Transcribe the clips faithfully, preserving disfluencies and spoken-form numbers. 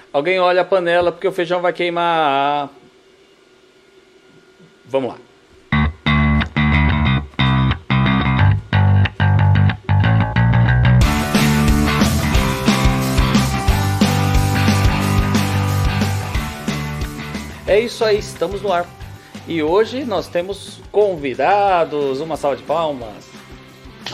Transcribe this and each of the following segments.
Alguém olha a panela porque o feijão vai queimar. Vamos lá. É isso aí, estamos no ar. E hoje nós temos convidados. Uma salva de palmas. É,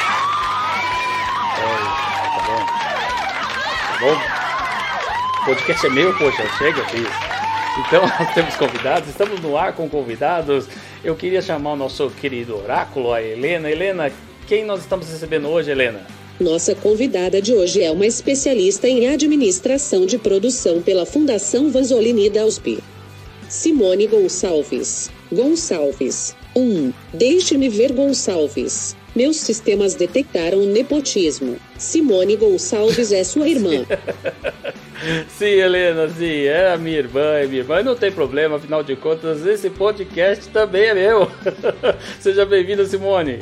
tá bom. Tá bom. O podcast é meu, poxa, chega, filho. Então nós temos convidados, estamos no ar com convidados. Eu queria chamar o nosso querido oráculo, a Helena. Helena, quem nós estamos recebendo hoje, Helena? Nossa convidada de hoje é uma especialista em administração de produção pela Fundação Vanzolini da U S P. Simone Gonçalves. Gonçalves. um. Deixe-me ver Gonçalves. Meus sistemas detectaram nepotismo. Simone Gonçalves é sua irmã. Sim, Helena, sim, é a minha irmã, é minha irmã. Não tem problema, afinal de contas, esse podcast também é meu. Seja bem-vinda, Simone.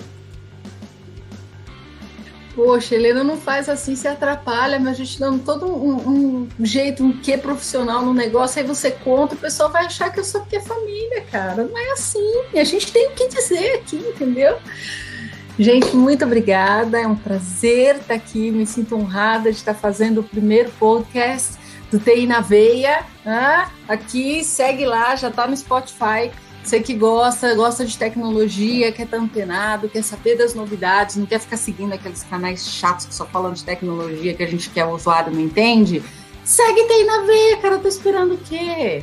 Poxa, Helena, não faz assim, se atrapalha, mas a gente dando todo um, um jeito, um quê profissional no negócio, aí você conta, o pessoal vai achar que eu sou porque é família, cara. Não é assim, a gente tem o que dizer aqui, entendeu? Gente, muito obrigada, é um prazer estar aqui, me sinto honrada de estar fazendo o primeiro podcast do T I na Veia. Ah, aqui, segue lá, já está no Spotify. Você que gosta, gosta de tecnologia, quer estar antenado, quer saber das novidades, não quer ficar seguindo aqueles canais chatos que só falam de tecnologia que a gente quer, o usuário não entende, segue T I na Veia, cara, tô esperando o quê?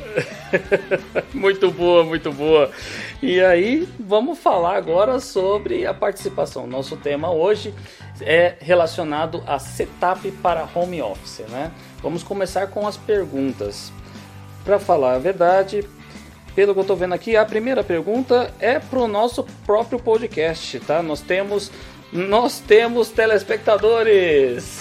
Muito boa, muito boa. E aí, vamos falar agora sobre a participação. Nosso tema hoje é relacionado a setup para home office, né? Vamos começar com as perguntas. Para falar a verdade, pelo que eu tô vendo aqui, a primeira pergunta é pro nosso próprio podcast, tá? Nós temos, nós temos telespectadores!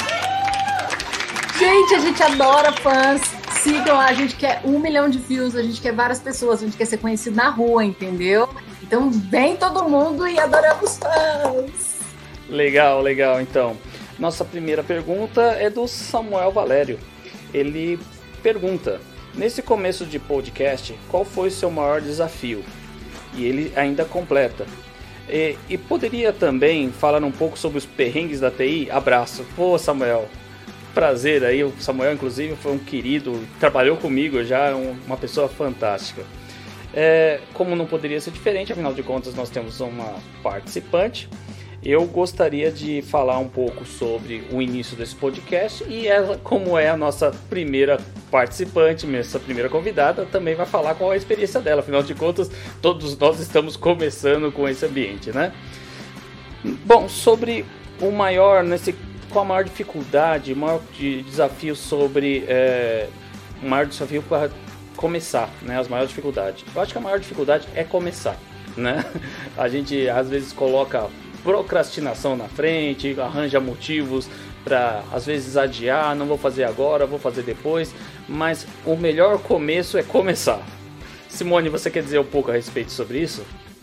Gente, a gente adora fãs, sigam lá, a gente quer um milhão de views, a gente quer várias pessoas, a gente quer ser conhecido na rua, entendeu? Então vem todo mundo e adoramos fãs! Legal, legal, então. Nossa primeira pergunta é do Samuel Valério. Ele pergunta: nesse começo de podcast, qual foi o seu maior desafio? E ele ainda completa: E, e poderia também falar um pouco sobre os perrengues da T I? Abraço. Pô, Samuel, prazer aí. O Samuel, inclusive, foi um querido, trabalhou comigo já, um, uma pessoa fantástica. É, como não poderia ser diferente, afinal de contas, nós temos uma participante. Eu gostaria de falar um pouco sobre o início desse podcast e ela, como é a nossa primeira participante, nossa primeira convidada, também vai falar qual é a experiência dela. Afinal de contas, todos nós estamos começando com esse ambiente, né? Bom, sobre o maior, nesse, qual a maior dificuldade, o maior desafio sobre é, o maior desafio para começar, né? As maiores dificuldades. Eu acho que a maior dificuldade é começar, né? A gente às vezes coloca procrastinação na frente, arranja motivos para às vezes adiar, não vou fazer agora, vou fazer depois, mas o melhor começo é começar. Simone, você quer dizer um pouco a respeito sobre isso?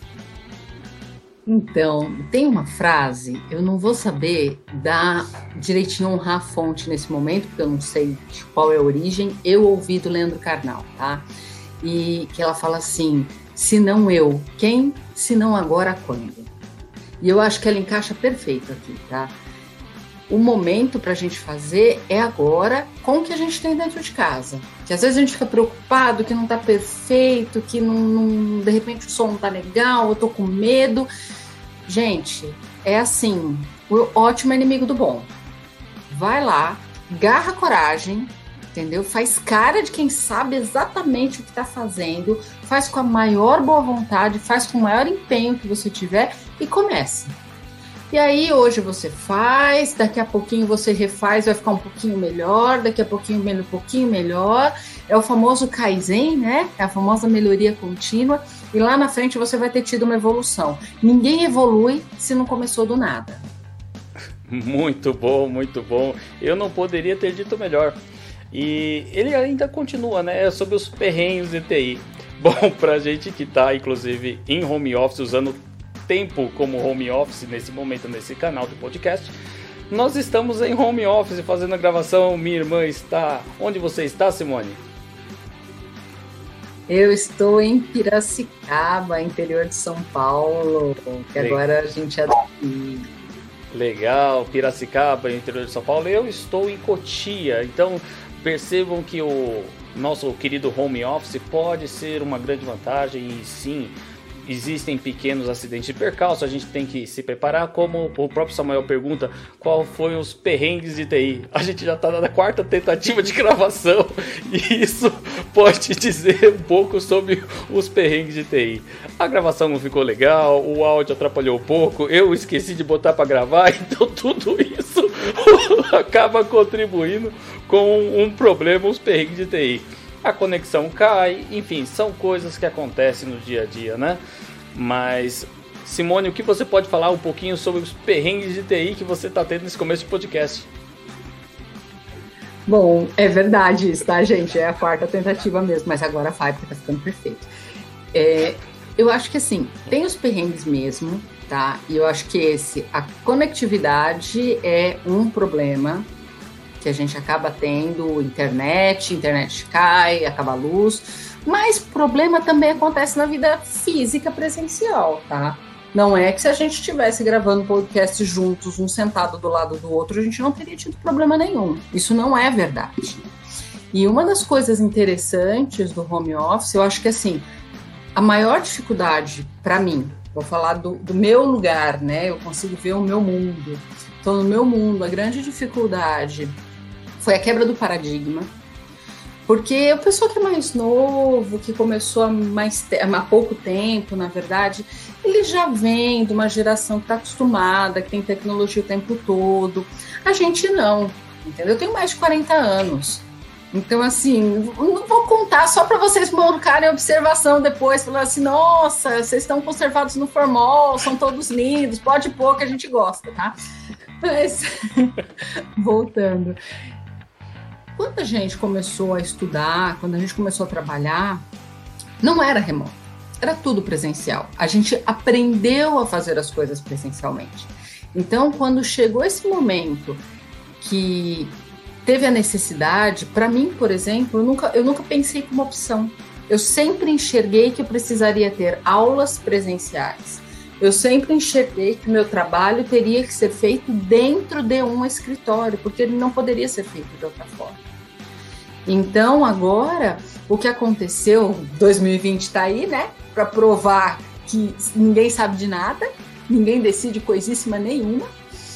Então, tem uma frase, eu não vou saber dar direitinho, honrar a fonte nesse momento, porque eu não sei de qual é a origem, eu ouvi do Leandro Carnal, tá? E que ela fala assim: se não eu, quem? Se não agora, quando? E eu acho que ela encaixa perfeito aqui, tá? O momento para a gente fazer é agora, com o que a gente tem dentro de casa. Que às vezes a gente fica preocupado que não tá perfeito, que não, não, de repente o som não tá legal, eu tô com medo. Gente, é assim, o ótimo é inimigo do bom. Vai lá, garra coragem, entendeu? Faz cara de quem sabe exatamente o que tá fazendo, faz com a maior boa vontade, faz com o maior empenho que você tiver e comece. E aí hoje você faz, daqui a pouquinho você refaz, vai ficar um pouquinho melhor, daqui a pouquinho um pouquinho melhor. É o famoso Kaizen, né? É a famosa melhoria contínua. E lá na frente você vai ter tido uma evolução. Ninguém evolui se não começou do nada. Muito bom, muito bom. Eu não poderia ter dito melhor. E ele ainda continua, né? Sobre os perrengues de T I. Bom, pra gente que tá, inclusive, em home office, usando tempo como home office nesse momento, nesse canal do podcast, nós estamos em home office fazendo a gravação. Minha irmã está... Onde você está, Simone? Eu estou em Piracicaba, interior de São Paulo, que Legal. Agora a gente é daqui. Legal, Piracicaba, interior de São Paulo. Eu estou em Cotia, então percebam que o nosso querido home office pode ser uma grande vantagem e sim, existem pequenos acidentes de percalço, a gente tem que se preparar, como o próprio Samuel pergunta, qual foi os perrengues de T I. A gente já está na quarta tentativa de gravação e isso pode dizer um pouco sobre os perrengues de T I. A gravação não ficou legal, o áudio atrapalhou um pouco, eu esqueci de botar para gravar, então tudo isso acaba contribuindo com um problema, os perrengues de T I. A conexão cai, enfim, são coisas que acontecem no dia a dia, né? Mas, Simone, o que você pode falar um pouquinho sobre os perrengues de T I que você está tendo nesse começo de podcast? Bom, é verdade isso, tá, gente? É a quarta tentativa mesmo, mas agora vai, porque tá ficando perfeito. É, eu acho que, assim, tem os perrengues mesmo, tá? E eu acho que esse, a conectividade é um problema que a gente acaba tendo, internet, internet cai, acaba a luz, mas problema também acontece na vida física presencial, tá? Não é que se a gente estivesse gravando podcast juntos, um sentado do lado do outro, a gente não teria tido problema nenhum. Isso não é verdade. E uma das coisas interessantes do home office, eu acho que assim, a maior dificuldade para mim, vou falar do, do meu lugar, né? Eu consigo ver o meu mundo. Então, no meu mundo, a grande dificuldade foi a quebra do paradigma, porque o pessoal que é mais novo, que começou há, mais te- há pouco tempo, na verdade, ele já vem de uma geração que está acostumada, que tem tecnologia o tempo todo. A gente não, entendeu? Eu tenho mais de quarenta anos. Então, assim, não vou contar só para vocês colocarem observação depois, falando assim, nossa, vocês estão conservados no formol, são todos lindos, pode pôr que a gente gosta, tá? Mas, voltando... Quando a gente começou a estudar, quando a gente começou a trabalhar, não era remoto, era tudo presencial. A gente aprendeu a fazer as coisas presencialmente. Então, quando chegou esse momento que teve a necessidade, para mim, por exemplo, eu nunca, eu nunca pensei como opção. Eu sempre enxerguei que eu precisaria ter aulas presenciais. Eu sempre enxerguei que o meu trabalho teria que ser feito dentro de um escritório, porque ele não poderia ser feito de outra forma. Então, agora, o que aconteceu, dois mil e vinte está aí, né? Para provar que ninguém sabe de nada, ninguém decide coisíssima nenhuma.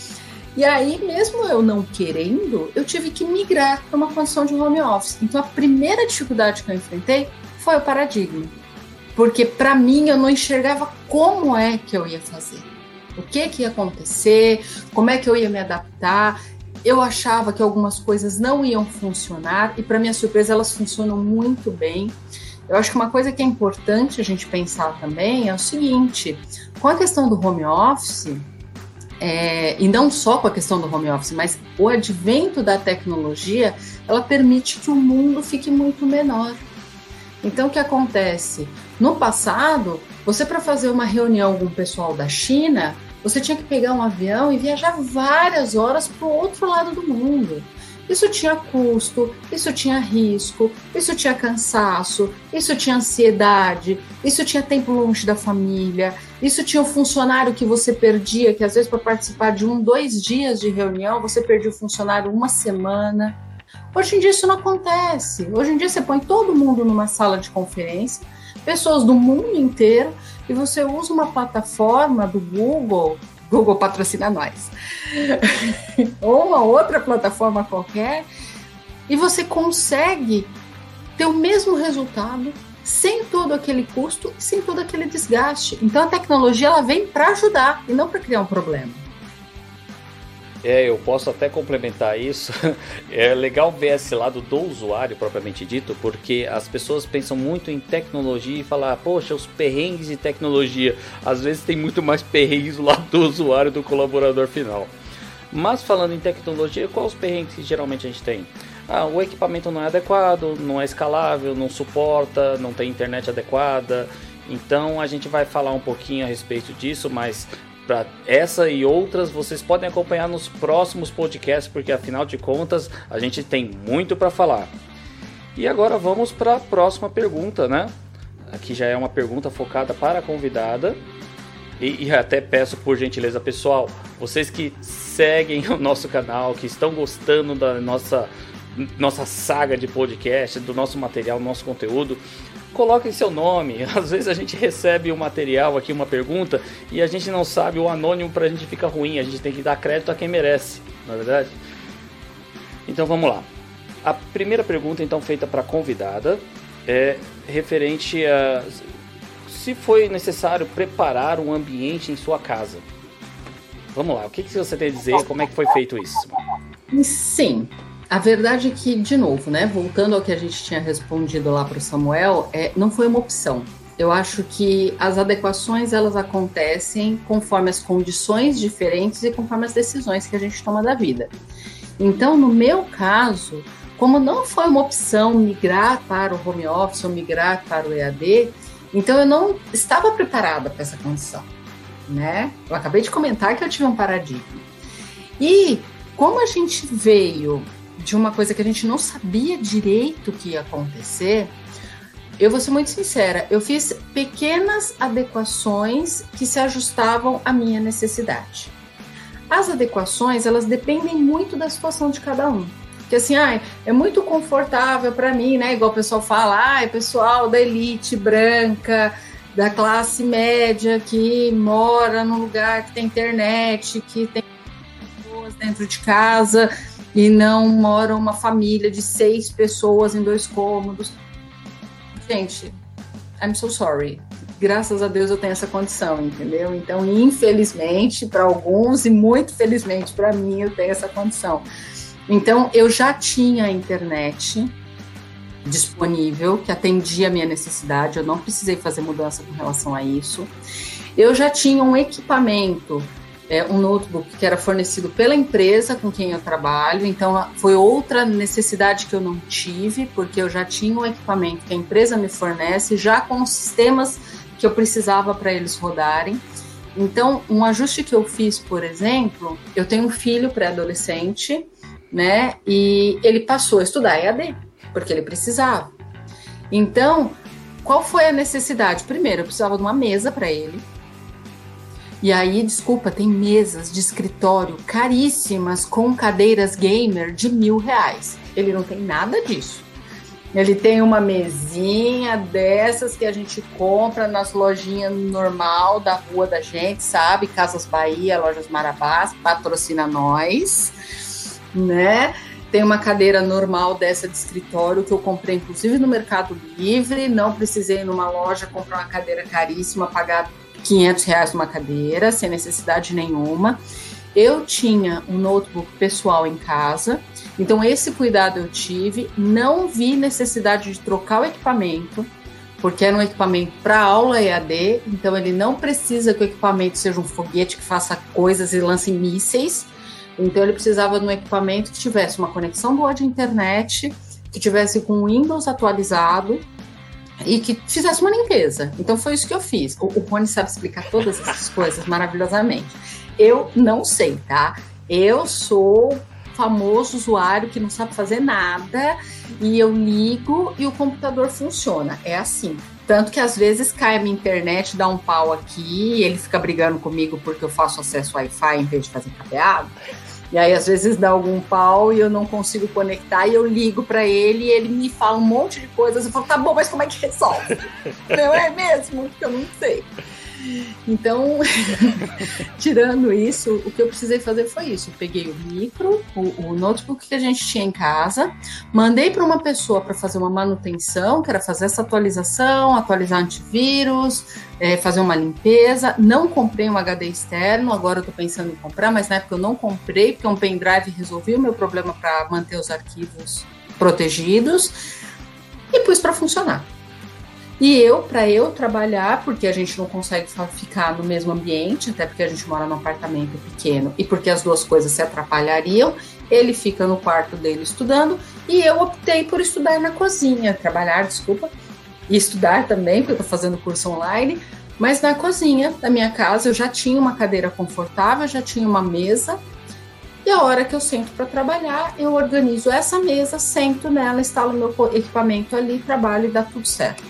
E aí, mesmo eu não querendo, eu tive que migrar para uma condição de home office. Então, a primeira dificuldade que eu enfrentei foi o paradigma. Porque, para mim, eu não enxergava como é que eu ia fazer. O que que ia acontecer, como é que eu ia me adaptar. Eu achava que algumas coisas não iam funcionar e, para minha surpresa, elas funcionam muito bem. Eu acho que uma coisa que é importante a gente pensar também é o seguinte, com a questão do home office, é, e não só com a questão do home office, mas o advento da tecnologia, ela permite que o mundo fique muito menor. Então, o que acontece? No passado, você para fazer uma reunião com o pessoal da China, você tinha que pegar um avião e viajar várias horas para o outro lado do mundo. Isso tinha custo, isso tinha risco, isso tinha cansaço, isso tinha ansiedade, isso tinha tempo longe da família, isso tinha o funcionário que você perdia, que às vezes para participar de um, dois dias de reunião, você perdia o funcionário uma semana. Hoje em dia isso não acontece. Hoje em dia você põe todo mundo numa sala de conferência, pessoas do mundo inteiro, e você usa uma plataforma do Google, Google patrocina nós, ou uma outra plataforma qualquer, e você consegue ter o mesmo resultado sem todo aquele custo e sem todo aquele desgaste. Então a tecnologia ela vem para ajudar e não para criar um problema. É, eu posso até complementar isso. É legal ver esse lado do usuário propriamente dito, porque as pessoas pensam muito em tecnologia e falam, poxa, os perrengues de tecnologia. Às vezes tem muito mais perrengues do lado do usuário, do colaborador final. Mas falando em tecnologia, quais os perrengues que geralmente a gente tem? Ah, o equipamento não é adequado, não é escalável, não suporta, não tem internet adequada. Então a gente vai falar um pouquinho a respeito disso, mas Para essa e outras vocês podem acompanhar nos próximos podcasts, porque afinal de contas a gente tem muito para falar. E agora vamos para a próxima pergunta, né? Aqui já é uma pergunta focada para a convidada. E, e até peço por gentileza, pessoal, vocês que seguem o nosso canal, que estão gostando da nossa, nossa saga de podcast, do nosso material, do nosso conteúdo, coloquem seu nome. Às vezes a gente recebe um material aqui, uma pergunta, e a gente não sabe, o anônimo pra gente fica ruim, a gente tem que dar crédito a quem merece, não é verdade? Então vamos lá. A primeira pergunta então feita para a convidada é referente a se foi necessário preparar um ambiente em sua casa. Vamos lá, o que, que você tem a dizer, como é que foi feito isso? Sim. A verdade é que, de novo, né, voltando ao que a gente tinha respondido lá para o Samuel, é, não foi uma opção. Eu acho que as adequações, elas acontecem conforme as condições diferentes e conforme as decisões que a gente toma da vida. Então, no meu caso, como não foi uma opção migrar para o home office ou migrar para o E A D, então eu não estava preparada para essa condição, né? Eu acabei de comentar que eu tive um paradigma. E como a gente veio de uma coisa que a gente não sabia direito o que ia acontecer, eu vou ser muito sincera, eu fiz pequenas adequações que se ajustavam à minha necessidade. As adequações, elas dependem muito da situação de cada um. Porque assim, ah, é muito confortável para mim, né? Igual o pessoal fala, ah, é pessoal da elite branca, da classe média que mora num lugar que tem internet, que tem pessoas dentro de casa e não mora uma família de seis pessoas em dois cômodos. Gente, I'm so sorry. Graças a Deus eu tenho essa condição, entendeu? Então, infelizmente, para alguns e muito felizmente para mim, eu tenho essa condição. Então, eu já tinha a internet disponível, que atendia a minha necessidade, eu não precisei fazer mudança com relação a isso. Eu já tinha um equipamento, é, um notebook que era fornecido pela empresa com quem eu trabalho, então foi outra necessidade que eu não tive, porque eu já tinha um equipamento que a empresa me fornece, já com os sistemas que eu precisava para eles rodarem. Então, um ajuste que eu fiz, por exemplo, eu tenho um filho pré-adolescente, né? E ele passou a estudar E A D, porque ele precisava. Então, qual foi a necessidade? Primeiro, eu precisava de uma mesa para ele. E aí, desculpa, tem mesas de escritório caríssimas com cadeiras gamer de mil reais. Ele não tem nada disso. Ele tem uma mesinha dessas que a gente compra nas lojinhas normal da rua da gente, sabe? Casas Bahia, Lojas Marabás, patrocina nós. Né? Tem uma cadeira normal dessa de escritório que eu comprei inclusive no Mercado Livre, não precisei ir numa loja comprar uma cadeira caríssima, pagar quinhentos reais numa cadeira, sem necessidade nenhuma. Eu tinha um notebook pessoal em casa, então esse cuidado eu tive, não vi necessidade de trocar o equipamento, porque era um equipamento para aula E A D, então ele não precisa que o equipamento seja um foguete que faça coisas e lance mísseis. Então, ele precisava de um equipamento que tivesse uma conexão boa de internet, que tivesse com o Windows atualizado e que fizesse uma limpeza. Então, foi isso que eu fiz. O, o Rony sabe explicar todas essas coisas maravilhosamente. Eu não sei, tá? Eu sou famoso usuário que não sabe fazer nada e eu ligo e o computador funciona. É assim. Tanto que, às vezes, cai a minha internet, dá um pau aqui, ele fica brigando comigo porque eu faço acesso Wi-Fi em vez de fazer cabeado. E aí, às vezes, dá algum pau e eu não consigo conectar e eu ligo para ele e ele me fala um monte de coisas. Eu falo, tá bom, mas como é que resolve? Não é mesmo? Porque eu não sei. Então, tirando isso, o que eu precisei fazer foi isso. Eu peguei o micro, o, o notebook que a gente tinha em casa, mandei para uma pessoa para fazer uma manutenção, que era fazer essa atualização, atualizar antivírus, é, fazer uma limpeza. Não comprei um H D externo, agora eu estou pensando em comprar, mas na época eu não comprei, porque um pendrive resolvia o meu problema para manter os arquivos protegidos e pus para funcionar. E eu, para eu trabalhar, porque a gente não consegue ficar no mesmo ambiente, até porque a gente mora num apartamento pequeno e porque as duas coisas se atrapalhariam, ele fica no quarto dele estudando e eu optei por estudar na cozinha, trabalhar, desculpa, e estudar também, porque eu estou fazendo curso online, Mas na cozinha da minha casa eu já tinha uma cadeira confortável, já tinha uma mesa, e a hora que eu sento para trabalhar, eu organizo essa mesa, sento nela, instalo meu equipamento ali, trabalho e dá tudo certo.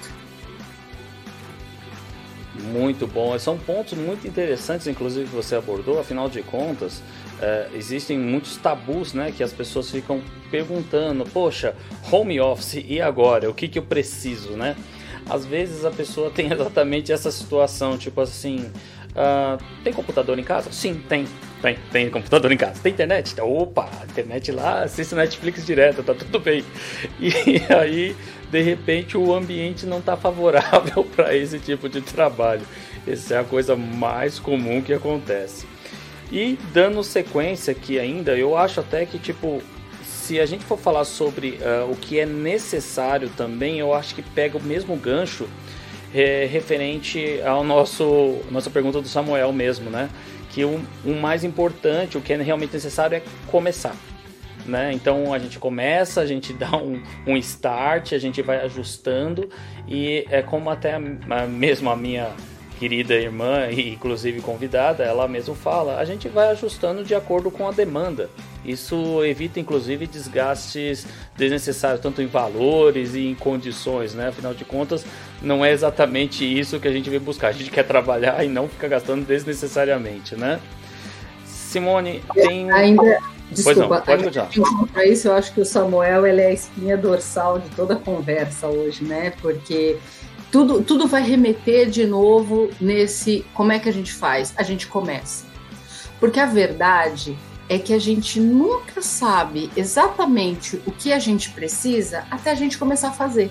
Muito bom, são pontos muito interessantes, inclusive que você abordou. Afinal de contas, é, existem muitos tabus, né, que as pessoas ficam perguntando, poxa, home office, e agora? O que, que eu preciso, né? Às vezes a pessoa tem exatamente essa situação, tipo assim, uh, tem computador em casa? Sim, tem, tem, tem computador em casa. Tem internet? Opa, internet lá, assiste Netflix direto, tá tudo bem. E aí, de repente, o ambiente não está favorável para esse tipo de trabalho. Essa é a coisa mais comum que acontece. E dando sequência aqui ainda, eu acho até que, tipo, se a gente for falar sobre uh, o que é necessário também, eu acho que pega o mesmo gancho é, referente ao nosso nossa pergunta do Samuel mesmo, né? Que o, o mais importante, o que é realmente necessário é começar. Né? Então a gente começa, a gente dá um, um start, a gente vai ajustando, e é como até a, a, mesmo a minha querida irmã e inclusive convidada, ela mesmo fala, a gente vai ajustando de acordo com a demanda. Isso evita inclusive desgastes desnecessários, tanto em valores e em condições, né? Afinal de contas, não é exatamente isso que a gente vem buscar, a gente quer trabalhar e não ficar gastando desnecessariamente, né? Simone, tem... Ainda... Desculpa, pois não, pode para isso eu acho que o Samuel ele é a espinha dorsal de toda a conversa hoje, né? Porque tudo, tudo vai remeter de novo nesse como é que a gente faz? A gente começa. Porque a verdade é que a gente nunca sabe exatamente o que a gente precisa até a gente começar a fazer.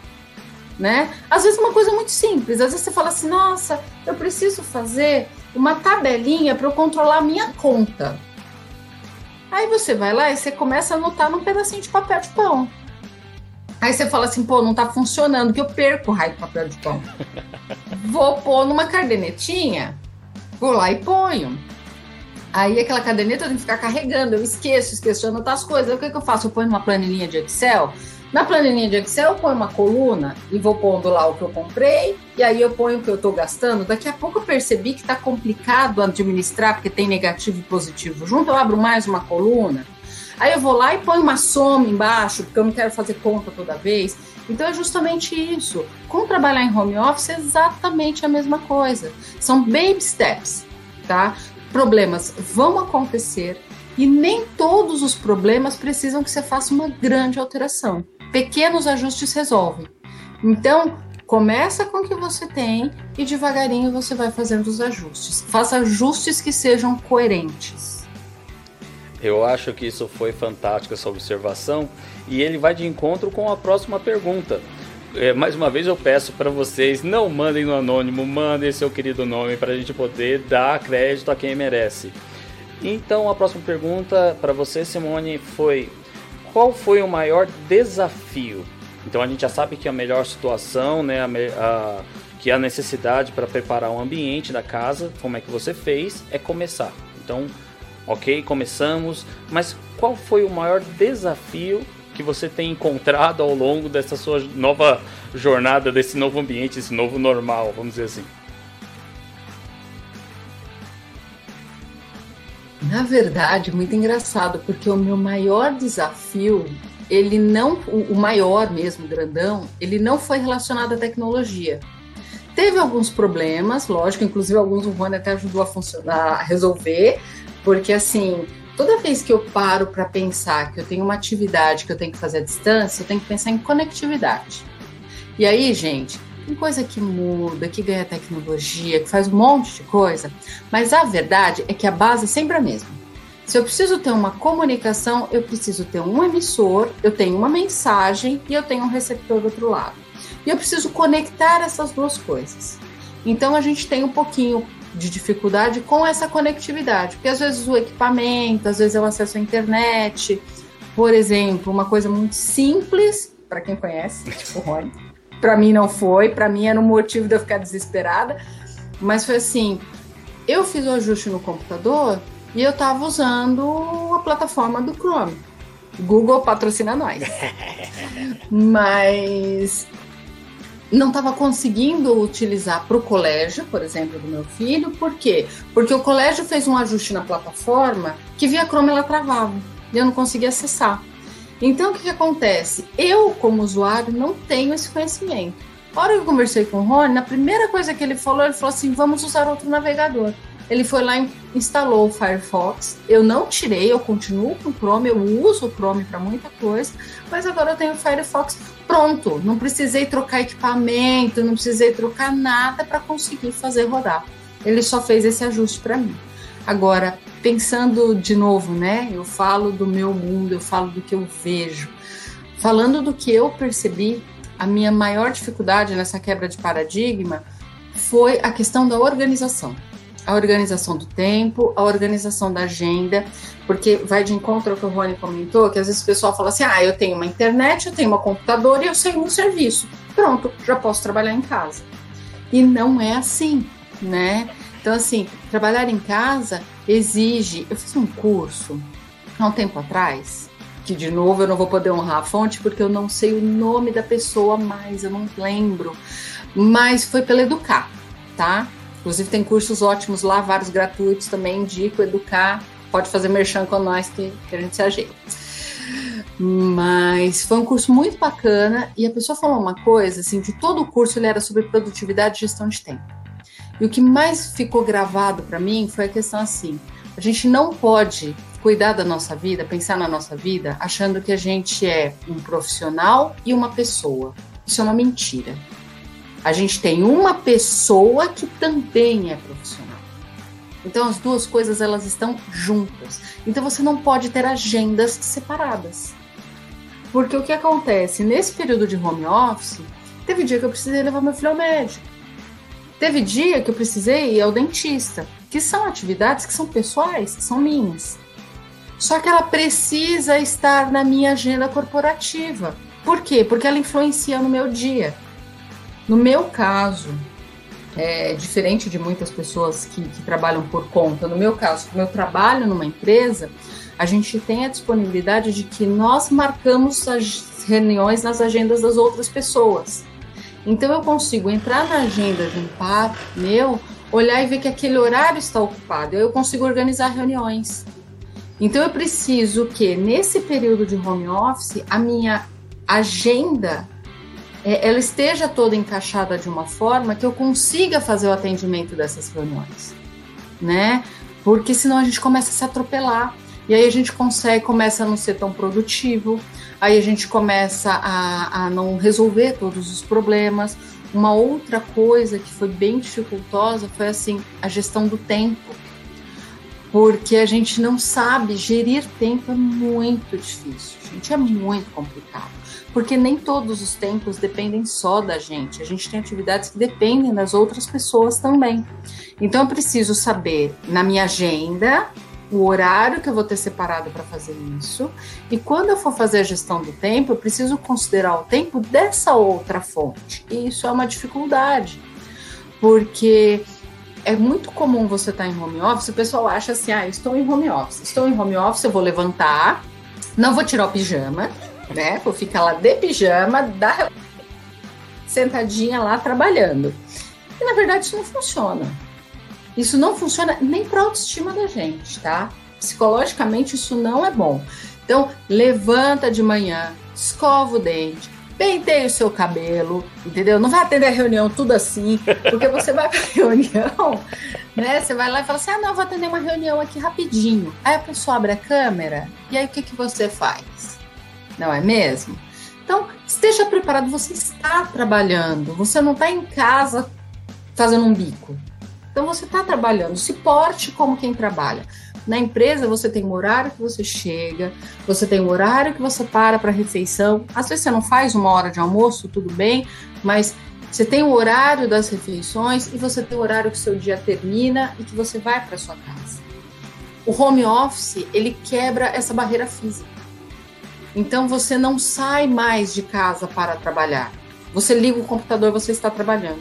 Né? Às vezes uma coisa muito simples, às vezes você fala assim, nossa, eu preciso fazer uma tabelinha para eu controlar a minha conta. Aí você vai lá e você começa a anotar num pedacinho de papel de pão. Aí você fala assim, pô, não tá funcionando, que eu perco o raio de papel de pão. Vou pôr numa cadernetinha, vou lá e ponho. Aí aquela caderneta eu tenho que ficar carregando, eu esqueço, esqueço de anotar as coisas. Aí o que, que eu faço? Eu ponho numa planilhinha de Excel. Na planilhinha de Excel eu ponho uma coluna e vou pondo lá o que eu comprei, e aí eu ponho o que eu estou gastando. Daqui a pouco eu percebi que está complicado administrar, porque tem negativo e positivo junto, eu abro mais uma coluna, aí eu vou lá e ponho uma soma embaixo, porque eu não quero fazer conta toda vez. Então é justamente isso. Com trabalhar em home office é exatamente a mesma coisa. São baby steps, tá? Problemas vão acontecer e nem todos os problemas precisam que você faça uma grande alteração. Pequenos ajustes resolvem. Então, começa com o que você tem e devagarinho você vai fazendo os ajustes. Faça ajustes que sejam coerentes. Eu acho que isso foi fantástico, essa observação, e ele vai de encontro com a próxima pergunta. É, mais uma vez eu peço para vocês, não mandem no anônimo, mandem seu querido nome para a gente poder dar crédito a quem merece. Então a próxima pergunta para você, Simone, foi: qual foi o maior desafio? Então a gente já sabe que a melhor situação, né, a, a, que a necessidade para preparar um ambiente da casa, como é que você fez, é começar. Então, ok, começamos, mas qual foi o maior desafio que você tem encontrado ao longo dessa sua nova jornada, desse novo ambiente, esse novo normal, vamos dizer assim? Na verdade, muito engraçado, porque o meu maior desafio, ele não, o maior mesmo, grandão, ele não foi relacionado à tecnologia. Teve alguns problemas, lógico, inclusive alguns o Rony até ajudou a, funcionar, a resolver, porque assim, toda vez que eu paro para pensar que eu tenho uma atividade que eu tenho que fazer à distância, eu tenho que pensar em conectividade. E aí, gente, tem coisa que muda, que ganha tecnologia, que faz um monte de coisa, mas a verdade é que a base é sempre a mesma. Se eu preciso ter uma comunicação, eu preciso ter um emissor, eu tenho uma mensagem e eu tenho um receptor do outro lado. E eu preciso conectar essas duas coisas. Então a gente tem um pouquinho de dificuldade com essa conectividade, porque às vezes o equipamento, às vezes é o acesso à internet. Por exemplo, uma coisa muito simples, para quem conhece, tipo o Rony, para mim não foi, para mim era um motivo de eu ficar desesperada, mas foi assim, eu fiz o ajuste no computador e eu estava usando a plataforma do Chrome. Google patrocina nós. Mas não estava conseguindo utilizar para o colégio, por exemplo, do meu filho. Por quê? Porque o colégio fez um ajuste na plataforma que via Chrome ela travava e eu não conseguia acessar. Então, o que, que acontece? Eu, como usuário, não tenho esse conhecimento. A hora que eu conversei com o Rony, na primeira coisa que ele falou, ele falou assim, vamos usar outro navegador. Ele foi lá e instalou o Firefox. Eu não tirei, eu continuo com o Chrome, eu uso o Chrome para muita coisa, mas agora eu tenho o Firefox pronto. Não precisei trocar equipamento, não precisei trocar nada para conseguir fazer rodar. Ele só fez esse ajuste para mim. Agora, pensando de novo, né? Eu falo do meu mundo, eu falo do que eu vejo. Falando do que eu percebi, a minha maior dificuldade nessa quebra de paradigma foi a questão da organização. A organização do tempo, a organização da agenda, porque vai de encontro ao que o Rony comentou, que às vezes o pessoal fala assim, ah, eu tenho uma internet, eu tenho um computador e eu sei um serviço. Pronto, já posso trabalhar em casa. E não é assim, né? Então, assim, trabalhar em casa exige... Eu fiz um curso há um tempo atrás, que de novo eu não vou poder honrar a fonte, porque eu não sei o nome da pessoa mais, eu não lembro, mas foi pela Educar, tá? Inclusive tem cursos ótimos lá, vários gratuitos também, indico, Educar, pode fazer merchan com nós que, que a gente se ajeita. Mas foi um curso muito bacana e a pessoa falou uma coisa, assim, de todo o curso ele era sobre produtividade e gestão de tempo. E o que mais ficou gravado para mim foi a questão assim, a gente não pode cuidar da nossa vida, pensar na nossa vida, achando que a gente é um profissional e uma pessoa. Isso é uma mentira. A gente tem uma pessoa que também é profissional. Então as duas coisas elas estão juntas. Então você não pode ter agendas separadas. Porque o que acontece? Nesse período de home office, teve dia que eu precisei levar meu filho ao médico. Teve dia que eu precisei ir ao dentista. Que são atividades que são pessoais, que são minhas. Só que ela precisa estar na minha agenda corporativa. Por quê? Porque ela influencia no meu dia. No meu caso, é diferente de muitas pessoas que, que trabalham por conta, no meu caso, como eu trabalho numa empresa, a gente tem a disponibilidade de que nós marcamos as reuniões nas agendas das outras pessoas. Então eu consigo entrar na agenda de um par meu, olhar e ver que aquele horário está ocupado, eu consigo organizar reuniões. Então eu preciso que nesse período de home office, a minha agenda ela esteja toda encaixada de uma forma que eu consiga fazer o atendimento dessas reuniões, né? Porque senão a gente começa a se atropelar e aí a gente consegue, começa a não ser tão produtivo, aí a gente começa a, a não resolver todos os problemas. Uma outra coisa que foi bem dificultosa foi assim, a gestão do tempo, porque a gente não sabe gerir tempo, é muito difícil, gente, é muito complicado. Porque nem todos os tempos dependem só da gente. A gente tem atividades que dependem das outras pessoas também. Então eu preciso saber na minha agenda o horário que eu vou ter separado para fazer isso. E quando eu for fazer a gestão do tempo, eu preciso considerar o tempo dessa outra fonte. E isso é uma dificuldade. Porque é muito comum você estar em home office, o pessoal acha assim, ah, estou em home office. Estou em home office, eu vou levantar, não vou tirar o pijama, né? Vou ficar lá de pijama, da... sentadinha lá trabalhando. E na verdade isso não funciona. Isso não funciona nem para a autoestima da gente, tá? Psicologicamente isso não é bom. Então levanta de manhã, escova o dente, penteia o seu cabelo, entendeu? Não vai atender a reunião tudo assim, porque você vai para a reunião, né? Você vai lá e fala assim, ah não, vou atender uma reunião aqui rapidinho. Aí a pessoa abre a câmera e aí o que, que você faz? Não é mesmo? Então, esteja preparado, você está trabalhando, você não está em casa fazendo um bico. Então, você está trabalhando, se porte como quem trabalha. Na empresa, você tem um horário que você chega, você tem um horário que você para para refeição. Às vezes, você não faz uma hora de almoço, tudo bem, mas você tem o horário das refeições e você tem o horário que o seu dia termina e que você vai para sua casa. O home office, ele quebra essa barreira física. Então, você não sai mais de casa para trabalhar. Você liga o computador, você está trabalhando.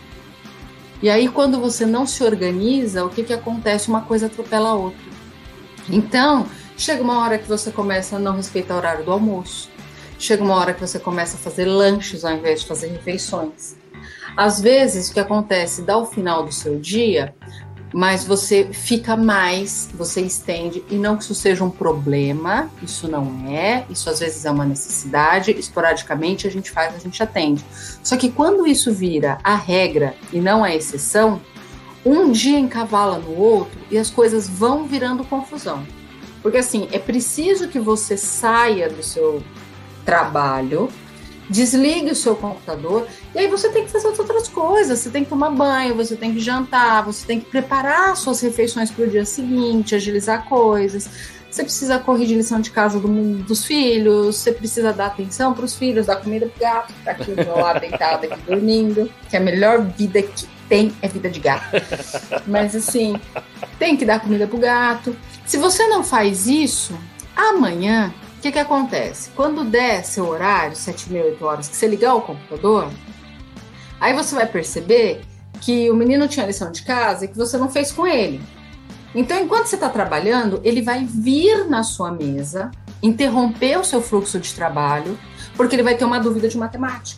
E aí, quando você não se organiza, o que, que acontece? Uma coisa atropela a outra. Então, chega uma hora que você começa a não respeitar o horário do almoço. chega uma hora que você começa a fazer lanches ao invés de fazer refeições. Às vezes, o que acontece, dá o final do seu dia, mas você fica mais, você estende, e não que isso seja um problema, isso não é, isso às vezes é uma necessidade, esporadicamente a gente faz, a gente atende. Só que quando isso vira a regra e não a exceção, um dia encavala no outro e as coisas vão virando confusão. Porque assim, é preciso que você saia do seu trabalho, desligue o seu computador, e aí você tem que fazer outras coisas, você tem que tomar banho, você tem que jantar, você tem que preparar suas refeições para o dia seguinte, agilizar coisas, você precisa corrigir lição de casa do, dos filhos, você precisa dar atenção para os filhos, dar comida para o gato, que está aqui do meu lado deitado, aqui dormindo, que a melhor vida que tem é vida de gato. Mas assim, tem que dar comida para o gato. Se você não faz isso, amanhã, o que que acontece? Quando der seu horário, sete e meia, oito horas, que você ligar o computador, aí você vai perceber que o menino tinha lição de casa e que você não fez com ele. Então, enquanto você está trabalhando, ele vai vir na sua mesa, interromper o seu fluxo de trabalho, porque ele vai ter uma dúvida de matemática.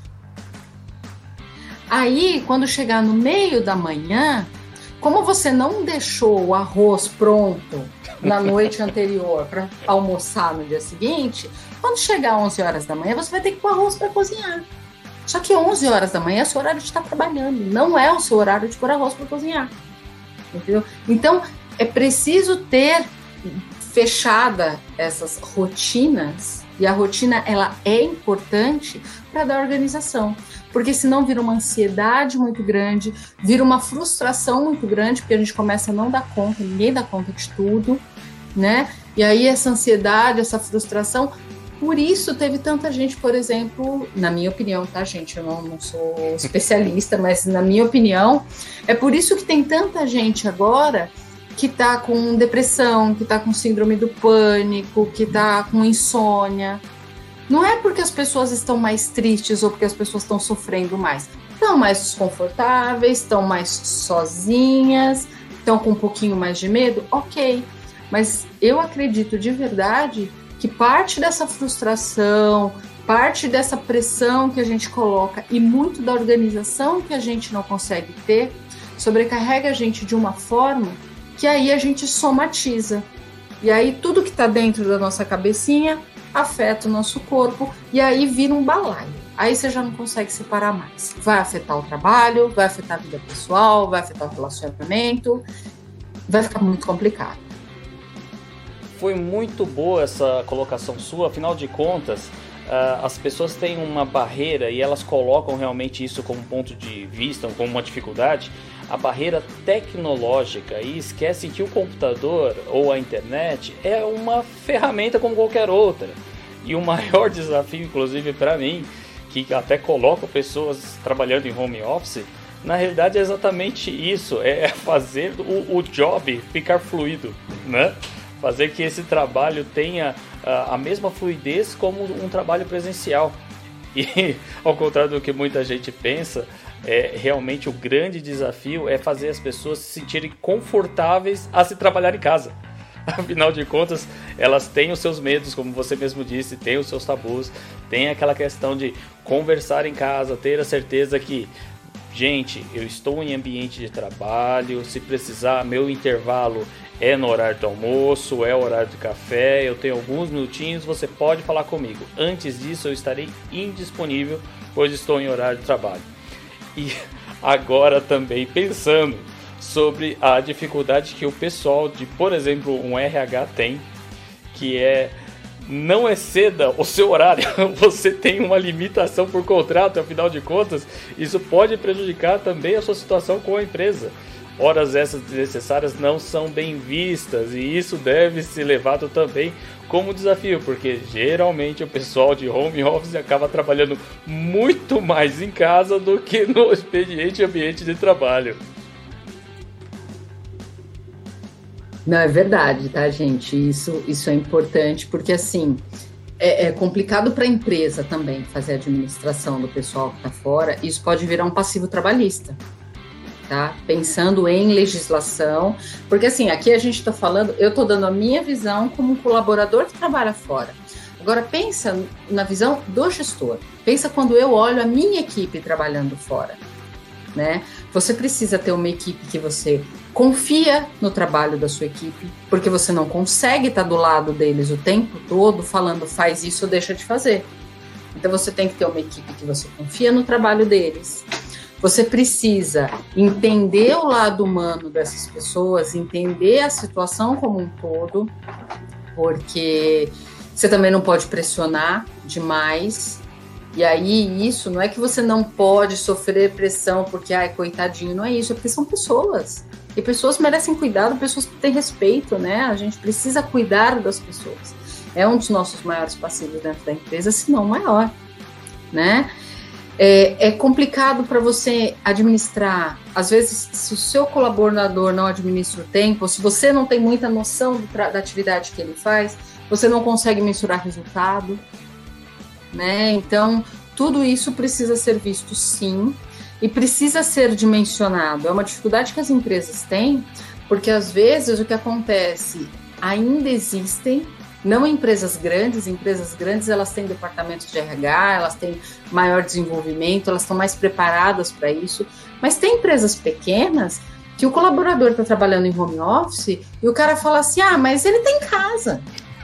Aí, quando chegar no meio da manhã, como você não deixou o arroz pronto na noite anterior para almoçar no dia seguinte, quando chegar às onze horas da manhã, você vai ter que pôr arroz para cozinhar. Só que onze horas da manhã é o seu horário de estar trabalhando, não é o seu horário de pôr arroz para cozinhar. Entendeu? Então, é preciso ter fechada essas rotinas, e a rotina ela é importante para dar organização, porque senão vira uma ansiedade muito grande, vira uma frustração muito grande, porque a gente começa a não dar conta, ninguém dá conta de tudo, né? E aí essa ansiedade, essa frustração, por isso teve tanta gente, por exemplo, na minha opinião, tá, gente? Eu não, não sou especialista, mas na minha opinião, é por isso que tem tanta gente agora que tá com depressão, que tá com síndrome do pânico, que tá com insônia. Não é porque as pessoas estão mais tristes ou porque as pessoas estão sofrendo mais. Estão mais desconfortáveis, estão mais sozinhas, estão com um pouquinho mais de medo, ok. Mas eu acredito de verdade que parte dessa frustração, parte dessa pressão que a gente coloca e muito da organização que a gente não consegue ter, sobrecarrega a gente de uma forma que aí a gente somatiza. E aí tudo que está dentro da nossa cabecinha afeta o nosso corpo e aí vira um balaio. Aí você já não consegue separar mais. Vai afetar o trabalho, vai afetar a vida pessoal, vai afetar o relacionamento, vai ficar muito complicado. Foi muito boa essa colocação sua, afinal de contas, Uh, as pessoas têm uma barreira e elas colocam realmente isso como ponto de vista, como uma dificuldade, a barreira tecnológica, e esquecem que o computador ou a internet é uma ferramenta como qualquer outra. E o maior desafio, inclusive para mim, que até coloco pessoas trabalhando em home office, na realidade é exatamente isso, é fazer o, o job ficar fluido, né? Fazer que esse trabalho tenha uh, a mesma fluidez como um trabalho presencial. E, ao contrário do que muita gente pensa, é, realmente o grande desafio é fazer as pessoas se sentirem confortáveis a se trabalhar em casa. Afinal de contas, elas têm os seus medos, como você mesmo disse, têm os seus tabus, tem aquela questão de conversar em casa, ter a certeza que, gente, eu estou em ambiente de trabalho, se precisar, meu intervalo é no horário do almoço, é o horário do café, eu tenho alguns minutinhos, você pode falar comigo. Antes disso eu estarei indisponível, pois estou em horário de trabalho. E agora também pensando sobre a dificuldade que o pessoal de, por exemplo, um R H tem, que é não exceda o seu horário. Você tem uma limitação por contrato, afinal de contas, isso pode prejudicar também a sua situação com a empresa. Horas essas desnecessárias não são bem vistas e isso deve ser levado também como desafio, porque geralmente o pessoal de home office acaba trabalhando muito mais em casa do que no expediente ambiente de trabalho. Não, é verdade, tá, gente? Isso, isso é importante porque, assim, é, é complicado para a empresa também fazer a administração do pessoal que está fora. Isso pode virar um passivo trabalhista. Tá? Pensando em legislação, porque assim, aqui a gente está falando, eu estou dando a minha visão como um colaborador que trabalha fora. Agora pensa na visão do gestor. Pensa quando eu olho a minha equipe trabalhando fora, né? Você precisa ter uma equipe que você confia no trabalho da sua equipe, porque você não consegue estar do lado deles o tempo todo falando faz isso ou deixa de fazer. Então você tem que ter uma equipe que você confia no trabalho deles. Você precisa entender o lado humano dessas pessoas, entender a situação como um todo, porque você também não pode pressionar demais. E aí, isso não é que você não pode sofrer pressão porque, ai, coitadinho, não é isso, é porque são pessoas. E pessoas merecem cuidado, pessoas que têm respeito, né? A gente precisa cuidar das pessoas. É um dos nossos maiores passivos dentro da empresa, se não o maior, né? É, é complicado para você administrar. Às vezes, se o seu colaborador não administra o tempo, se você não tem muita noção do tra- da atividade que ele faz, você não consegue mensurar resultado, né? Então, tudo isso precisa ser visto, sim, e precisa ser dimensionado. É uma dificuldade que as empresas têm, porque às vezes o que acontece, ainda existem, não empresas grandes, empresas grandes elas têm departamentos de R H, elas têm maior desenvolvimento, elas estão mais preparadas para isso, mas tem empresas pequenas que o colaborador está trabalhando em home office e o cara fala assim, ah, mas ele está em casa.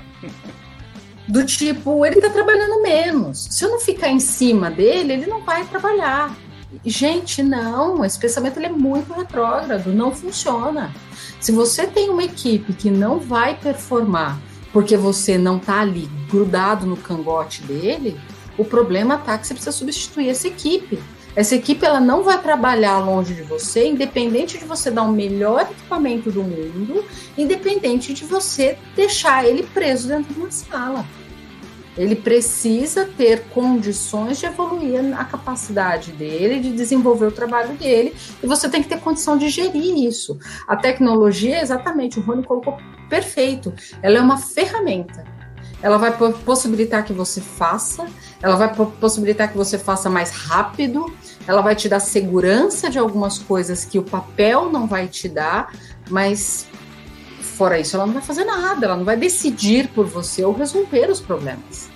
Do tipo, ele está trabalhando menos. Se eu não ficar em cima dele, ele não vai trabalhar. Gente, não. Esse pensamento ele é muito retrógrado. Não funciona. Se você tem uma equipe que não vai performar porque você não está ali grudado no cangote dele, o problema está que você precisa substituir essa equipe. Essa equipe ela não vai trabalhar longe de você, independente de você dar o melhor equipamento do mundo, independente de você deixar ele preso dentro de uma sala. Ele precisa ter condições de evoluir a capacidade dele, de desenvolver o trabalho dele, e você tem que ter condição de gerir isso. A tecnologia, exatamente, o Rony colocou perfeito, ela é uma ferramenta. Ela vai possibilitar que você faça, ela vai possibilitar que você faça mais rápido, ela vai te dar segurança de algumas coisas que o papel não vai te dar, mas fora isso ela não vai fazer nada, ela não vai decidir por você ou resolver os problemas.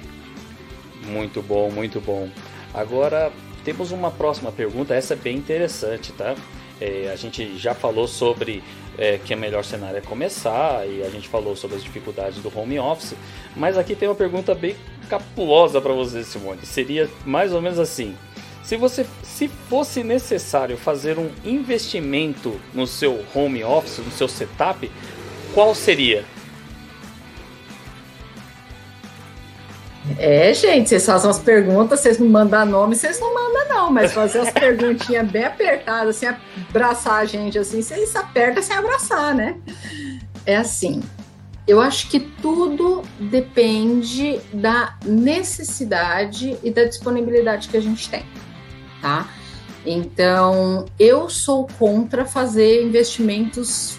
Muito bom, muito bom. Agora temos uma próxima pergunta, essa é bem interessante, tá? É, a gente já falou sobre é, que o melhor cenário é começar, e a gente falou sobre as dificuldades do home office, mas aqui tem uma pergunta bem capulosa para você, Simone. Seria mais ou menos assim: se você, se fosse necessário fazer um investimento no seu home office, no seu setup, qual seria? É, gente, vocês fazem umas perguntas, vocês não mandam nome, vocês não mandam não, mas fazer as perguntinhas bem apertadas, sem abraçar a gente assim, vocês apertam sem abraçar, né? É assim, eu acho que tudo depende da necessidade e da disponibilidade que a gente tem, tá? Então, eu sou contra fazer investimentos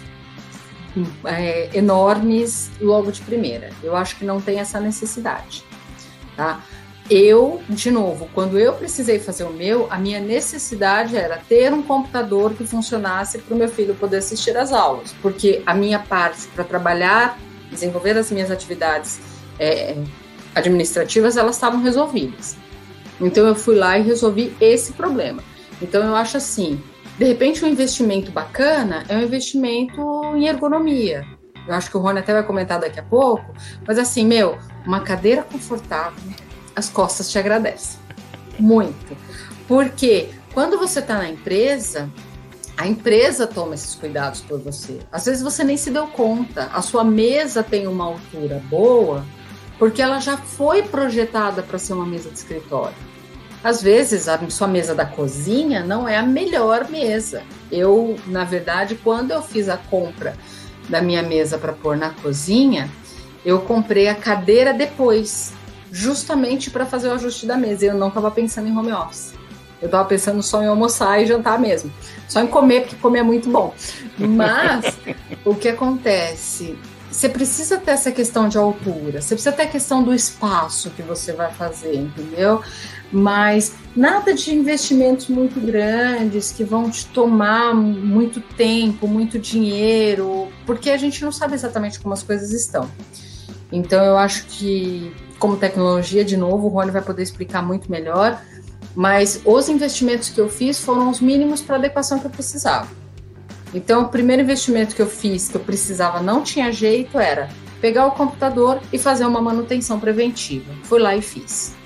é, enormes logo de primeira. Eu acho que não tem essa necessidade. Tá? Eu, de novo, quando eu precisei fazer o meu, a minha necessidade era ter um computador que funcionasse para o meu filho poder assistir às aulas, porque a minha parte para trabalhar, desenvolver as minhas atividades é, administrativas, elas estavam resolvidas. Então eu fui lá e resolvi esse problema. Então eu acho assim, de repente um investimento bacana é um investimento em ergonomia. Eu acho que o Rony até vai comentar daqui a pouco, mas assim, meu, uma cadeira confortável, as costas te agradecem. Muito. Porque quando você está na empresa, a empresa toma esses cuidados por você. Às vezes você nem se deu conta. A sua mesa tem uma altura boa, porque ela já foi projetada para ser uma mesa de escritório. Às vezes, a sua mesa da cozinha não é a melhor mesa. Eu, na verdade, quando eu fiz a compra da minha mesa para pôr na cozinha, eu comprei a cadeira depois, justamente para fazer o ajuste da mesa. Eu não estava pensando em home office. Eu estava pensando só em almoçar e jantar mesmo. Só em comer, porque comer é muito bom. Mas o que acontece? Você precisa ter essa questão de altura, você precisa ter a questão do espaço que você vai fazer, entendeu? Mas nada de investimentos muito grandes que vão te tomar muito tempo, muito dinheiro, porque a gente não sabe exatamente como as coisas estão. Então eu acho que como tecnologia, de novo, o Rony vai poder explicar muito melhor, mas os investimentos que eu fiz foram os mínimos para a adequação que eu precisava. Então, o primeiro investimento que eu fiz, que eu precisava, não tinha jeito, era pegar o computador e fazer uma manutenção preventiva. Fui lá e fiz.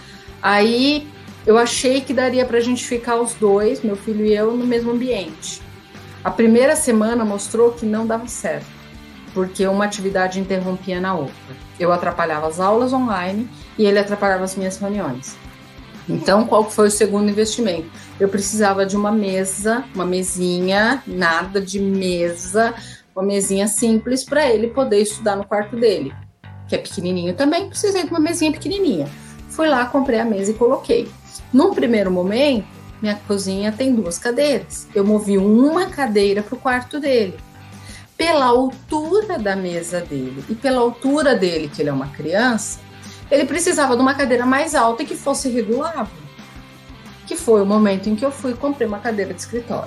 Aí, eu achei que daria para a gente ficar os dois, meu filho e eu, no mesmo ambiente. A primeira semana mostrou que não dava certo, porque uma atividade interrompia na outra. Eu atrapalhava as aulas online e ele atrapalhava as minhas reuniões. Então, qual foi o segundo investimento? Eu precisava de uma mesa, uma mesinha, nada de mesa, uma mesinha simples para ele poder estudar no quarto dele, que é pequenininho também, precisei de uma mesinha pequenininha. Fui lá, comprei a mesa e coloquei. Num primeiro momento, minha cozinha tem duas cadeiras. Eu movi uma cadeira para o quarto dele. Pela altura da mesa dele e pela altura dele, que ele é uma criança, ele precisava de uma cadeira mais alta e que fosse regulável. Que foi o momento em que eu fui e comprei uma cadeira de escritório.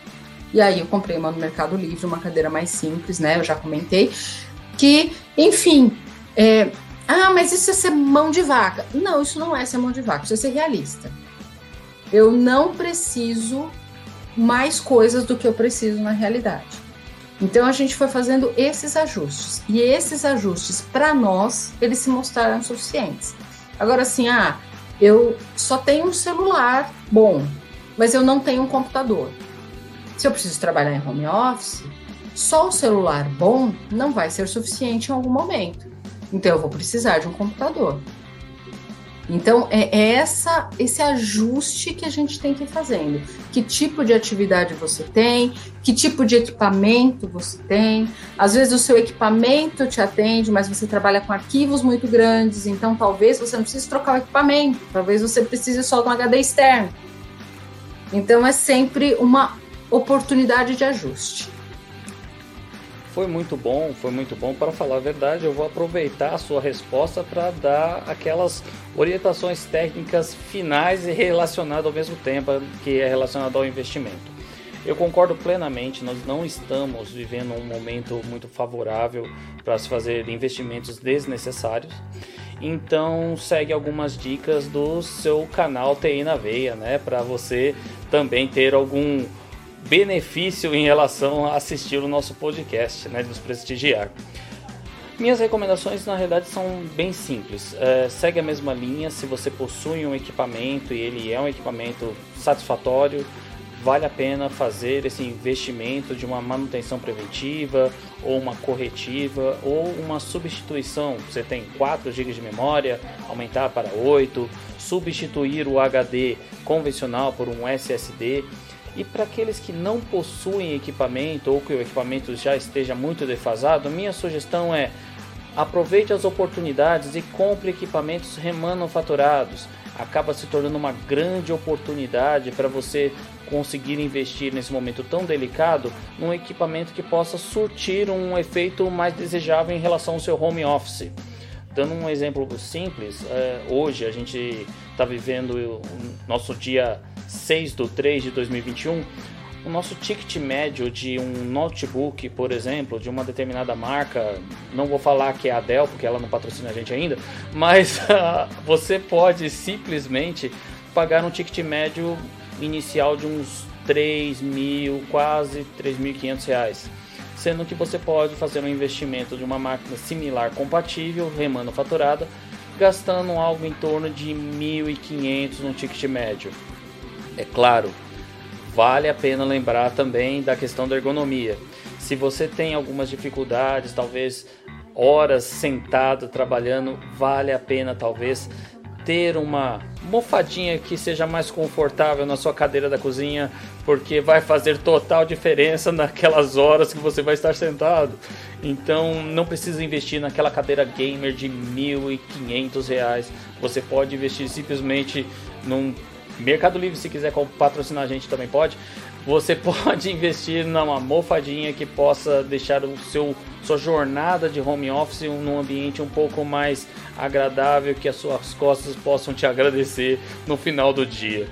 E aí eu comprei uma no Mercado Livre, uma cadeira mais simples, né? Eu já comentei. Que, enfim, é... ah, mas isso é ser mão de vaca. Não, isso não é ser mão de vaca, isso é ser realista. Eu não preciso mais coisas do que eu preciso na realidade. Então a gente foi fazendo esses ajustes. E esses ajustes, para nós, eles se mostraram suficientes. Agora assim, ah, eu só tenho um celular bom, mas eu não tenho um computador. Se eu preciso trabalhar em home office, só o celular bom não vai ser suficiente em algum momento. Então eu vou precisar de um computador. Então é essa, esse ajuste que a gente tem que ir fazendo. Que tipo de atividade você tem, que tipo de equipamento você tem. Às vezes o seu equipamento te atende, mas você trabalha com arquivos muito grandes, então talvez você não precise trocar o equipamento, talvez você precise só de um H D externo. Então é sempre uma oportunidade de ajuste. Foi muito bom, foi muito bom. Para falar a verdade, eu vou aproveitar a sua resposta para dar aquelas orientações técnicas finais e relacionadas ao mesmo tempo, que é relacionado ao investimento. Eu concordo plenamente, nós não estamos vivendo um momento muito favorável para se fazer investimentos desnecessários. Então segue algumas dicas do seu canal T I na Veia, né, para você também ter algum benefício em relação a assistir o nosso podcast, né, de nos prestigiar. Minhas recomendações na realidade são bem simples. É, segue a mesma linha. Se você possui um equipamento e ele é um equipamento satisfatório, vale a pena fazer esse investimento de uma manutenção preventiva ou uma corretiva ou uma substituição. Você tem quatro gigas de memória, aumentar para oito, substituir o H D convencional por um S S D. E para aqueles que não possuem equipamento ou que o equipamento já esteja muito defasado, minha sugestão é: aproveite as oportunidades e compre equipamentos remanufaturados. Acaba se tornando uma grande oportunidade para você conseguir investir nesse momento tão delicado num equipamento que possa surtir um efeito mais desejável em relação ao seu home office. Dando um exemplo simples, é, hoje a gente está vivendo o nosso dia seis de três de dois mil e vinte e um, o nosso ticket médio de um notebook, por exemplo, de uma determinada marca, não vou falar que é a Dell, porque ela não patrocina a gente ainda, mas uh, você pode simplesmente pagar um ticket médio inicial de uns três mil, quase três mil e quinhentos reais. Sendo que você pode fazer um investimento de uma máquina similar compatível, remanufaturada, gastando algo em torno de mil e quinhentos no ticket médio. É claro, vale a pena lembrar também da questão da ergonomia. Se você tem algumas dificuldades, talvez horas sentado trabalhando, vale a pena talvez ter uma mofadinha que seja mais confortável na sua cadeira da cozinha, porque vai fazer total diferença naquelas horas que você vai estar sentado. Então não precisa investir naquela cadeira gamer de mil e quinhentos reais. Você pode investir simplesmente num Mercado Livre, se quiser patrocinar a gente também pode. Você pode investir numa mofadinha que possa deixar o seu, sua jornada de home office num ambiente um pouco mais agradável, que as suas costas possam te agradecer no final do dia.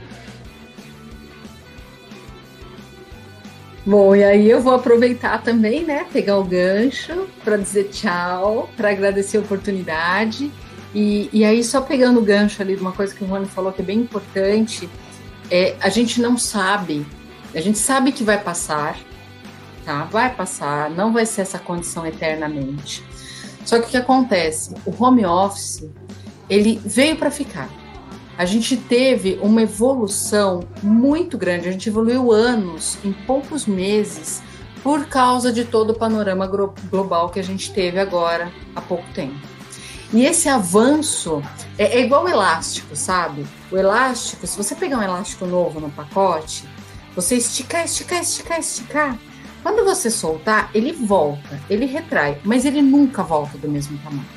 Bom, e aí eu vou aproveitar também, né, pegar o gancho para dizer tchau, para agradecer a oportunidade E, e aí, só pegando o gancho ali de uma coisa que o Rony falou que é bem importante, é, a gente não sabe, a gente sabe que vai passar, tá? Vai passar, não vai ser essa condição eternamente. Só que o que acontece? O home office, ele veio para ficar. A gente teve uma evolução muito grande, a gente evoluiu anos em poucos meses por causa de todo o panorama global que a gente teve agora há pouco tempo. E esse avanço é, é igual o elástico, sabe? O elástico, se você pegar um elástico novo no pacote, você esticar, esticar, esticar, esticar, quando você soltar, ele volta, ele retrai, mas ele nunca volta do mesmo tamanho.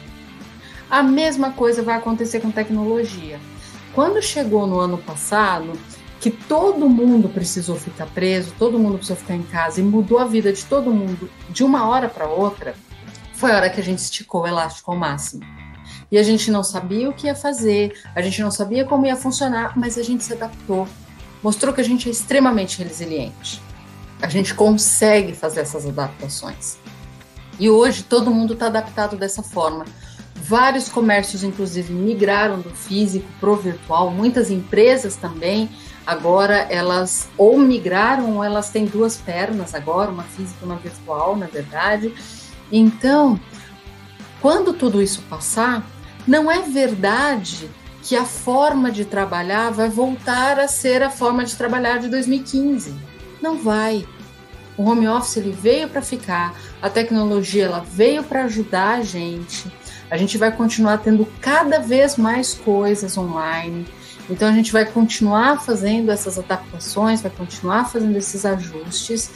A mesma coisa vai acontecer com tecnologia. Quando chegou no ano passado, que todo mundo precisou ficar preso, todo mundo precisou ficar em casa e mudou a vida de todo mundo de uma hora para outra, foi a hora que a gente esticou o elástico ao máximo. E a gente não sabia o que ia fazer, a gente não sabia como ia funcionar, mas a gente se adaptou. Mostrou que a gente é extremamente resiliente. A gente consegue fazer essas adaptações. E hoje todo mundo está adaptado dessa forma. Vários comércios, inclusive, migraram do físico para o virtual. Muitas empresas também, agora elas ou migraram ou elas têm duas pernas agora, uma física e uma virtual, na verdade. Então, quando tudo isso passar, não é verdade que a forma de trabalhar vai voltar a ser a forma de trabalhar de dois mil e quinze. Não vai. O home office ele veio para ficar, a tecnologia ela veio para ajudar a gente. A gente vai continuar tendo cada vez mais coisas online. Então a gente vai continuar fazendo essas adaptações, vai continuar fazendo esses ajustes.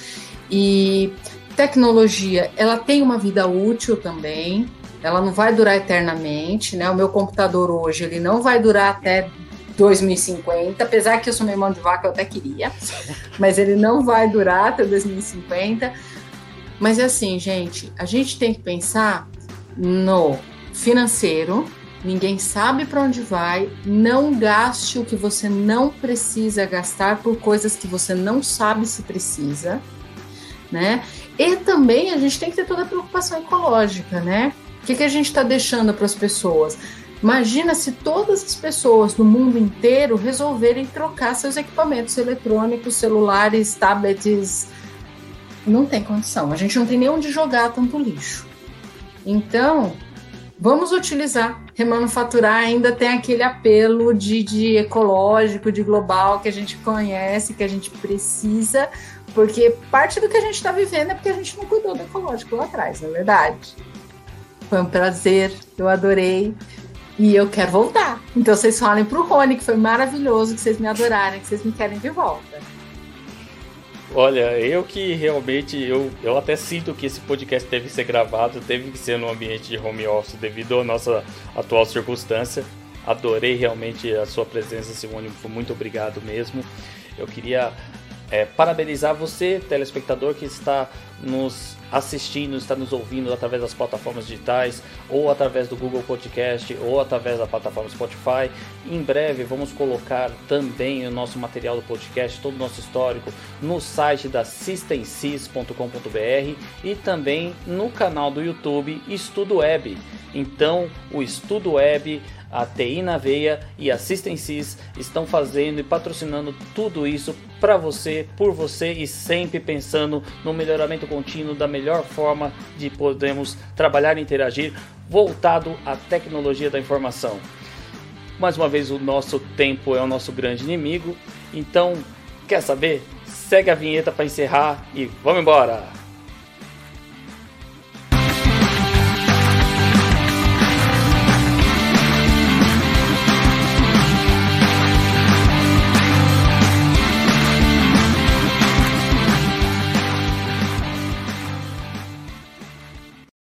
E tecnologia, ela tem uma vida útil também. Ela não vai durar eternamente, né? O meu computador hoje, ele não vai durar até dois mil e cinquenta, apesar que eu sou meio mão de vaca, eu até queria, mas ele não vai durar até dois mil e cinquenta. Mas é assim, gente, a gente tem que pensar no financeiro, ninguém sabe para onde vai, não gaste o que você não precisa gastar por coisas que você não sabe se precisa, né? E também a gente tem que ter toda a preocupação ecológica, né? O que, que a gente está deixando para as pessoas? Imagina se todas as pessoas do mundo inteiro resolverem trocar seus equipamentos eletrônicos, celulares, tablets. Não tem condição. A gente não tem nem onde jogar tanto lixo. Então, vamos utilizar. Remanufaturar ainda tem aquele apelo de, de ecológico, de global, que a gente conhece, que a gente precisa, porque parte do que a gente está vivendo é porque a gente não cuidou do ecológico lá atrás, não é verdade? Foi um prazer, eu adorei e eu quero voltar. Então vocês falem pro Rony que foi maravilhoso, que vocês me adorarem, que vocês me querem de volta. Olha, eu que realmente, eu, eu até sinto que esse podcast teve que ser gravado, teve que ser no ambiente de home office devido à nossa atual circunstância. Adorei realmente a sua presença, Simone, muito obrigado mesmo. Eu queria é, parabenizar você, telespectador, que está nos assistindo, está nos ouvindo através das plataformas digitais, ou através do Google Podcast, ou através da plataforma Spotify. Em breve vamos colocar também o nosso material do podcast, todo o nosso histórico, no site da system sys ponto com ponto b r e também no canal do YouTube Estudo Web. Então, o Estudo Web, a T I na Veia e a System Sys estão fazendo e patrocinando tudo isso para você, por você e sempre pensando no melhoramento contínuo da melhor forma de podermos trabalhar e interagir voltado à tecnologia da informação. Mais uma vez, o nosso tempo é o nosso grande inimigo, então, quer saber? Segue a vinheta para encerrar e vamos embora!